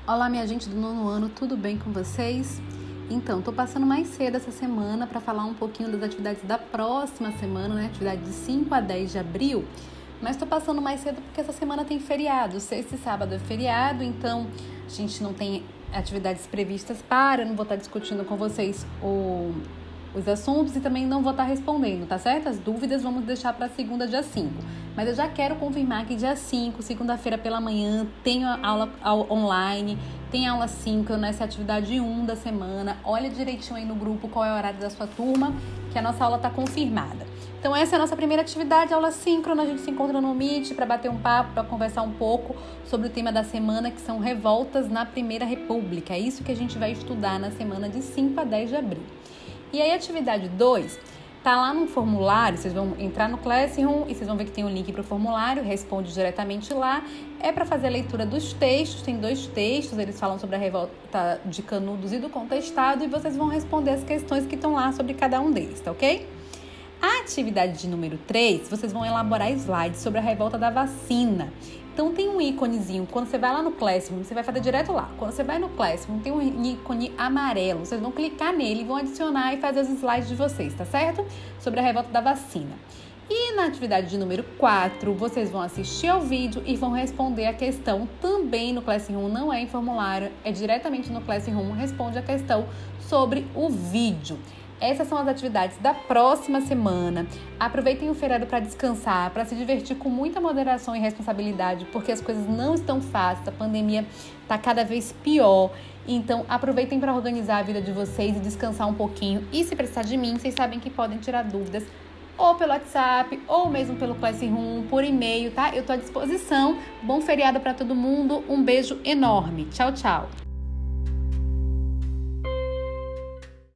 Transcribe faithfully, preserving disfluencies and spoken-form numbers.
Olá, minha gente do nono ano, tudo bem com vocês? Então, tô passando mais cedo essa semana para falar um pouquinho das atividades da próxima semana, né? Atividade de cinco a dez de abril. Mas tô passando mais cedo porque essa semana tem feriado. Sexta e sábado é feriado, então a gente não tem atividades previstas para, eu não vou estar discutindo com vocês o... os assuntos e também não vou estar respondendo, tá certo? As dúvidas vamos deixar para segunda, dia cinco. Mas eu já quero confirmar que dia cinco, segunda-feira pela manhã, tenho aula, aula online, tem aula síncrona, essa é a atividade um da semana. Olha direitinho aí no grupo qual é o horário da sua turma, que a nossa aula está confirmada. Então essa é a nossa primeira atividade, aula síncrona. A gente se encontra no Meet para bater um papo, para conversar um pouco sobre o tema da semana, que são revoltas na Primeira República. É isso que a gente vai estudar na semana de cinco a dez de abril. E aí, atividade dois, tá lá no formulário, vocês vão entrar no Classroom e vocês vão ver que tem um link para o formulário, responde diretamente lá. É para fazer a leitura dos textos, tem dois textos, eles falam sobre a revolta de Canudos e do Contestado, e vocês vão responder as questões que estão lá sobre cada um deles, tá ok? A atividade de número três, vocês vão elaborar slides sobre a revolta da vacina. Então tem um íconezinho, quando você vai lá no Classroom, você vai fazer direto lá. Quando você vai no Classroom, tem um ícone amarelo, vocês vão clicar nele, vão adicionar e fazer os slides de vocês, tá certo? Sobre a revolta da vacina. E na atividade de número quatro, vocês vão assistir ao vídeo e vão responder a questão também no Classroom, não é em formulário, é diretamente no Classroom, responde a questão sobre o vídeo. Essas são as atividades da próxima semana. Aproveitem o feriado para descansar, para se divertir com muita moderação e responsabilidade, porque as coisas não estão fáceis, a pandemia está cada vez pior. Então, aproveitem para organizar a vida de vocês e descansar um pouquinho. E se precisar de mim, vocês sabem que podem tirar dúvidas ou pelo WhatsApp, ou mesmo pelo Classroom, por e-mail, tá? Eu estou à disposição. Bom feriado para todo mundo. Um beijo enorme. Tchau, tchau.